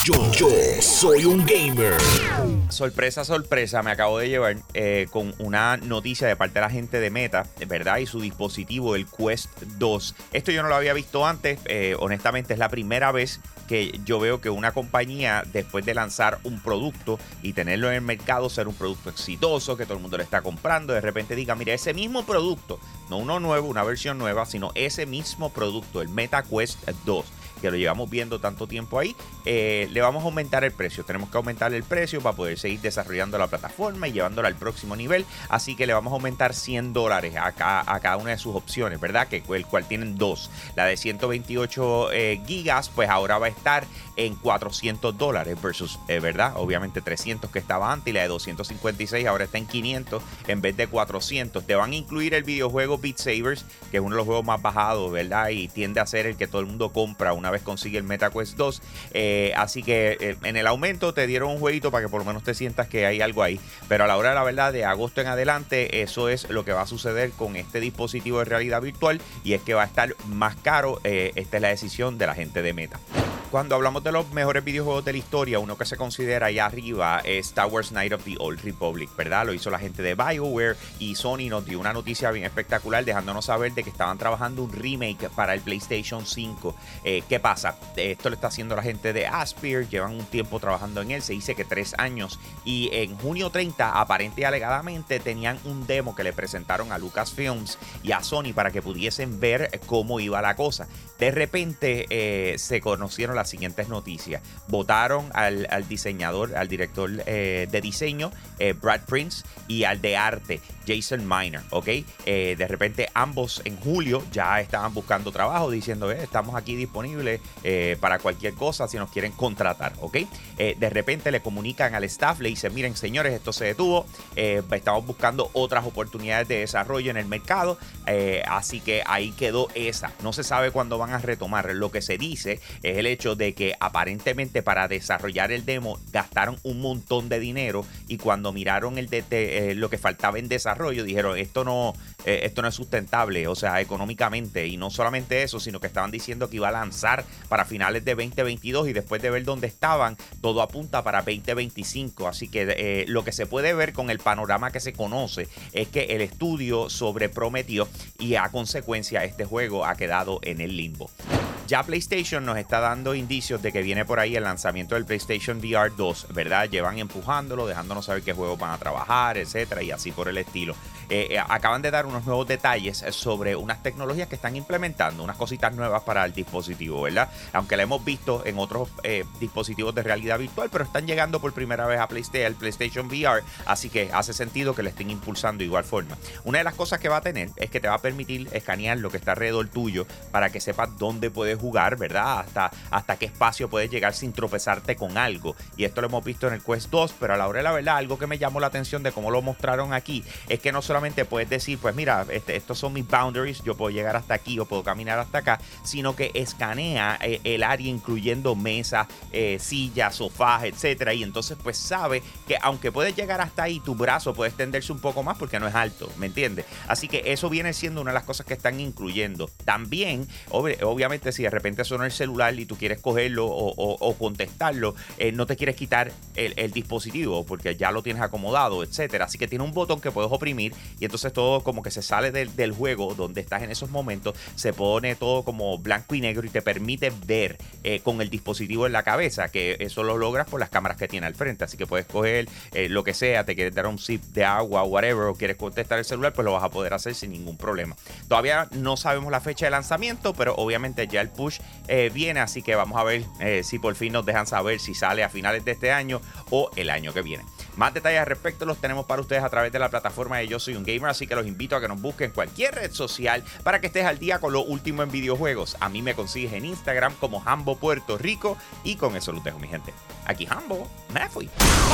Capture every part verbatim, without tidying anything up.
Yo, yo soy un gamer. Sorpresa, sorpresa, me acabo de llevar eh, con una noticia de parte de la gente de Meta, ¿verdad? Y su dispositivo, el Quest dos. Esto yo no lo había visto antes, eh, honestamente es la primera vez que yo veo que una compañía, después de lanzar un producto y tenerlo en el mercado, ser un producto exitoso, que todo el mundo le está comprando, de repente diga, mira, ese mismo producto, no uno nuevo, una versión nueva, sino ese mismo producto, el Meta Quest dos, que lo llevamos viendo tanto tiempo ahí, eh, le vamos a aumentar el precio. Tenemos que aumentar el precio para poder seguir desarrollando la plataforma y llevándola al próximo nivel. Así que le vamos a aumentar cien dólares a, a, a cada una de sus opciones, ¿verdad? Que el cual tienen dos. La de ciento veintiocho eh, gigas, pues ahora va a estar en cuatrocientos dólares versus, eh, ¿verdad? Obviamente trescientos que estaba antes, y la de doscientos cincuenta y seis ahora está en quinientos en vez de cuatrocientos. Te van a incluir el videojuego Beat Sabers, que es uno de los juegos más bajados, ¿verdad? Y tiende a ser el que todo el mundo compra una vez consigue el Meta Quest dos. Eh, así que eh, en el aumento te dieron un jueguito para que por lo menos te sientas que hay algo ahí. Pero a la hora de la verdad, de agosto en adelante, eso es lo que va a suceder con este dispositivo de realidad virtual, y es que va a estar más caro. Eh, esta es la decisión de la gente de Meta. Cuando hablamos de los mejores videojuegos de la historia, uno que se considera allá arriba es Star Wars Knights of the Old Republic, ¿verdad? Lo hizo la gente de BioWare, y Sony nos dio una noticia bien espectacular dejándonos saber de que estaban trabajando un remake para el PlayStation cinco. Eh, ¿Qué pasa? Esto lo está haciendo la gente de Aspyr, llevan un tiempo trabajando en él, se dice que tres años, y en junio treinta, aparente y alegadamente, tenían un demo que le presentaron a Lucasfilms y a Sony para que pudiesen ver cómo iba la cosa. De repente eh, se conocieron las siguientes noticias. Votaron al, al diseñador, al director eh, de diseño, eh, Brad Prince, y al de arte, Jason Miner, ¿ok? Eh, de repente ambos en julio ya estaban buscando trabajo, diciendo, eh, estamos aquí disponibles eh, para cualquier cosa si nos quieren contratar, ¿ok? Eh, de repente le comunican al staff, le dicen, miren señores, esto se detuvo, eh, estamos buscando otras oportunidades de desarrollo en el mercado, eh, así que ahí quedó esa. No se sabe cuándo van a retomar. Lo que se dice es el hecho de que aparentemente para desarrollar el demo gastaron un montón de dinero, y cuando miraron el de, de, eh, lo que faltaba en desarrollo, dijeron, esto no, eh, esto no es sustentable, o sea, económicamente. Y no solamente eso, sino que estaban diciendo que iba a lanzar para finales de veinte veintidós, y después de ver dónde estaban, todo apunta para veinte veinticinco. Así que eh, lo que se puede ver con el panorama que se conoce es que el estudio sobreprometió, y a consecuencia este juego ha quedado en el limbo. Ya PlayStation nos está dando indicios de que viene por ahí el lanzamiento del PlayStation V R dos, ¿verdad? Llevan empujándolo, dejándonos saber qué juegos van a trabajar, etcétera, y así por el estilo. Eh, eh, acaban de dar unos nuevos detalles sobre unas tecnologías que están implementando, unas cositas nuevas para el dispositivo, ¿verdad? Aunque la hemos visto en otros eh, dispositivos de realidad virtual, pero están llegando por primera vez a PlayStation, al PlayStation V R, así que hace sentido que le estén impulsando de igual forma. Una de las cosas que va a tener es que te va a permitir escanear lo que está alrededor tuyo para que sepas dónde puedes jugar, ¿verdad? Hasta, hasta qué espacio puedes llegar sin tropezarte con algo. Y esto lo hemos visto en el Quest dos, pero a la hora de la verdad, algo que me llamó la atención de cómo lo mostraron aquí es que no solamente puedes decir, pues mira, este, estos son mis boundaries, yo puedo llegar hasta aquí o puedo caminar hasta acá, sino que escanea eh, el área incluyendo mesas, eh, sillas, sofás, etcétera. Y entonces pues sabe que aunque puedes llegar hasta ahí, tu brazo puede extenderse un poco más porque no es alto, ¿me entiendes? Así que eso viene siendo una de las cosas que están incluyendo. También, ob- obviamente, si de repente suena el celular y tú quieres cogerlo o, o, o contestarlo, eh, no te quieres quitar el, el dispositivo porque ya lo tienes acomodado, etcétera. Así que tiene un botón que puedes oprimir, y entonces todo como que se sale del, del juego donde estás en esos momentos, se pone todo como blanco y negro y te permite ver eh, con el dispositivo en la cabeza, que eso lo logras por las cámaras que tiene al frente. Así que puedes coger eh, lo que sea, te quieres dar un sip de agua o whatever, o quieres contestar el celular, pues lo vas a poder hacer sin ningún problema. Todavía no sabemos la fecha de lanzamiento, pero obviamente ya el push eh, viene, así que vamos a ver eh, si por fin nos dejan saber si sale a finales de este año o el año que viene. Más detalles al respecto los tenemos para ustedes a través de la plataforma de Yo Soy Un Gamer, así que los invito a que nos busquen en cualquier red social para que estés al día con lo último en videojuegos. A mí me consigues en Instagram como Jambo Puerto Rico, y con eso los dejo, mi gente. Aquí Jambo, me fui.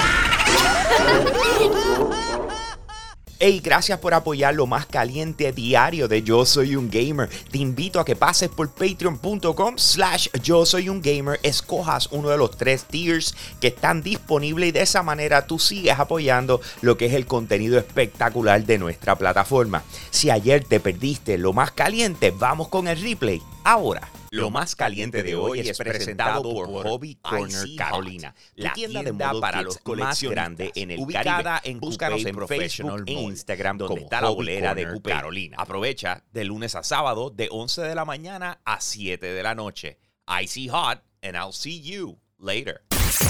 Hey, gracias por apoyar lo más caliente diario de Yo Soy Un Gamer. Te invito a que pases por patreon.com slash Yo Soy Un Gamer, escojas uno de los tres tiers que están disponibles, y de esa manera tú sigues apoyando lo que es el contenido espectacular de nuestra plataforma. Si ayer te perdiste lo más caliente, vamos con el replay Ahora, lo más caliente de hoy es presentado por Hobby Corner Carolina, la tienda de modo para los más grande en el Caribe. En Búscanos en Facebook e Instagram, donde está la bolera de Coupé Carolina. Aprovecha de lunes a sábado de once de la mañana a siete de la noche. Icy Hot, and I'll see you later.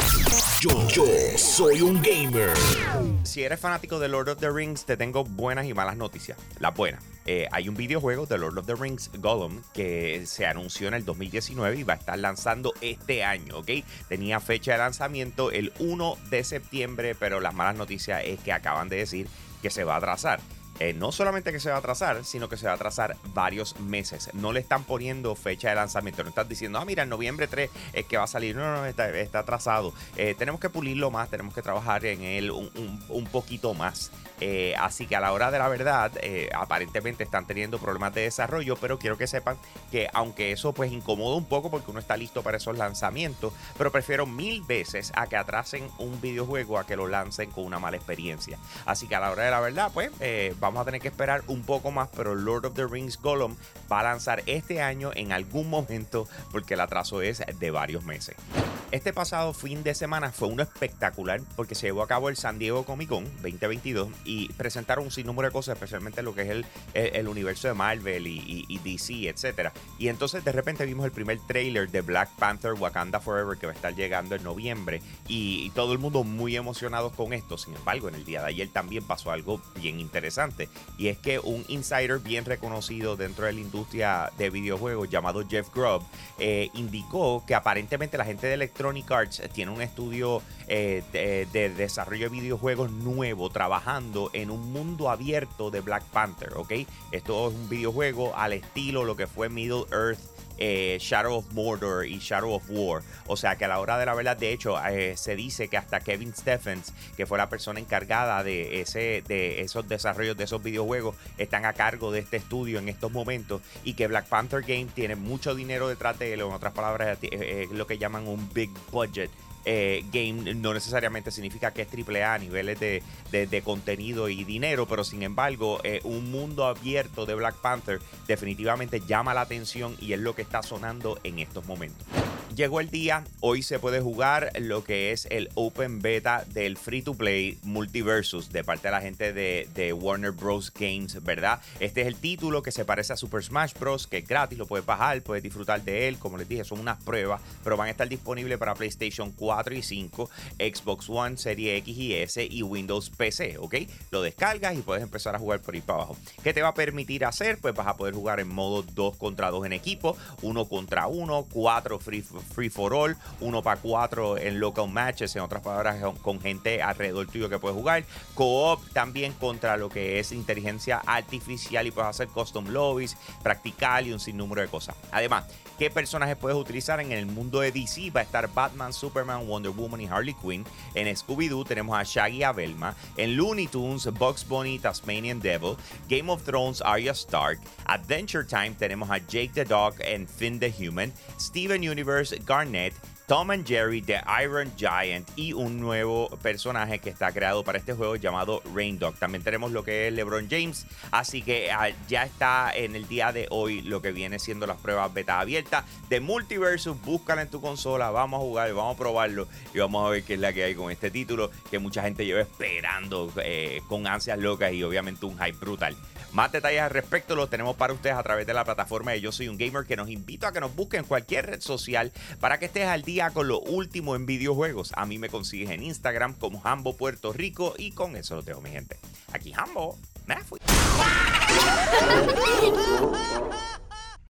Yo, yo soy un gamer. Si eres fanático de Lord of the Rings, te tengo buenas y malas noticias. Las buenas. Eh, hay un videojuego de Lord of the Rings, Gollum, que se anunció en el dos mil diecinueve y va a estar lanzando este año, ¿ok? Tenía fecha de lanzamiento el primero de septiembre, pero las malas noticias es que acaban de decir que se va a atrasar. Eh, no solamente que se va a atrasar, sino que se va a atrasar varios meses. No le están poniendo fecha de lanzamiento. No están diciendo, ah, mira, en noviembre tres es que va a salir. No, no, no, está, está atrasado. Eh, tenemos que pulirlo más, tenemos que trabajar en él un, un, un poquito más. Eh, así que a la hora de la verdad, eh, aparentemente están teniendo problemas de desarrollo, pero quiero que sepan que aunque eso pues incomoda un poco porque uno está listo para esos lanzamientos, pero prefiero mil veces a que atrasen un videojuego a que lo lancen con una mala experiencia. Así que a la hora de la verdad, pues eh, vamos a tener que esperar un poco más, pero Lord of the Rings Gollum va a lanzar este año en algún momento porque el atraso es de varios meses. Este pasado fin de semana fue uno espectacular porque se llevó a cabo el San Diego Comic Con veinte veintidós y presentaron un sinnúmero de cosas, especialmente lo que es el, el, el universo de Marvel y, y, y D C, etcétera. Y entonces de repente vimos el primer trailer de Black Panther Wakanda Forever que va a estar llegando en noviembre y, y todo el mundo muy emocionado con esto. Sin embargo, en el día de ayer también pasó algo bien interesante y es que un insider bien reconocido dentro de la industria de videojuegos llamado Jeff Grubb eh, indicó que aparentemente la gente de Electronic Arts tiene un estudio eh, de, de desarrollo de videojuegos nuevo trabajando en un mundo abierto de Black Panther, ¿ok? Esto es un videojuego al estilo lo que fue Middle Earth, Eh, Shadow of Mordor y Shadow of War. O sea que a la hora de la verdad, de hecho, eh, se dice que hasta Kevin Stephens, que fue la persona encargada de, ese, de esos desarrollos de esos videojuegos, están a cargo de este estudio en estos momentos y que Black Panther Game tiene mucho dinero detrás de él. En otras palabras, es eh, lo que llaman un big budget Eh, game. No necesariamente significa que es triple A a niveles de, de, de contenido y dinero, pero sin embargo eh, un mundo abierto de Black Panther definitivamente llama la atención y es lo que está sonando en estos momentos. Llegó el día, hoy se puede jugar lo que es el Open Beta del Free to Play Multiversus de parte de la gente de, de Warner Bros. Games, ¿verdad? Este es el título que se parece a Super Smash Bros. Que es gratis, lo puedes bajar, puedes disfrutar de él. Como les dije, son unas pruebas, pero van a estar disponibles para PlayStation cuatro y cinco, Xbox One, Serie X y S y Windows P C, ¿ok? Lo descargas y puedes empezar a jugar por ahí para abajo. ¿Qué te va a permitir hacer? Pues vas a poder jugar en modo dos contra dos en equipo, uno contra uno, cuatro free Free for All, uno para cuatro en local matches, en otras palabras, con gente alrededor tuyo que puedes jugar. Co-op también contra lo que es inteligencia artificial y puedes hacer custom lobbies, practicar y un sinnúmero de cosas. Además, ¿qué personajes puedes utilizar en el mundo de D C? Va a estar Batman, Superman, Wonder Woman y Harley Quinn. En Scooby-Doo tenemos a Shaggy y a Velma. En Looney Tunes, Bugs Bunny, Tasmanian Devil. Game of Thrones, Arya Stark. Adventure Time tenemos a Jake the Dog and Finn the Human. Steven Universe, Garnet. Tom and Jerry, The Iron Giant y un nuevo personaje que está creado para este juego llamado Rain Dog. También tenemos lo que es LeBron James, así que uh, ya está en el día de hoy lo que viene siendo las pruebas beta abiertas de Multiversus. Búscala en tu consola, vamos a jugar, vamos a probarlo y vamos a ver qué es la que hay con este título que mucha gente lleva esperando eh, con ansias locas y obviamente un hype brutal. Más detalles al respecto los tenemos para ustedes a través de la plataforma de Yo Soy Un Gamer, que nos invito a que nos busquen en cualquier red social para que estés al día con lo último en videojuegos. A mí me consigues en Instagram como Hambo Puerto Rico y con eso lo tengo, mi gente. Aquí Hambo, me fui.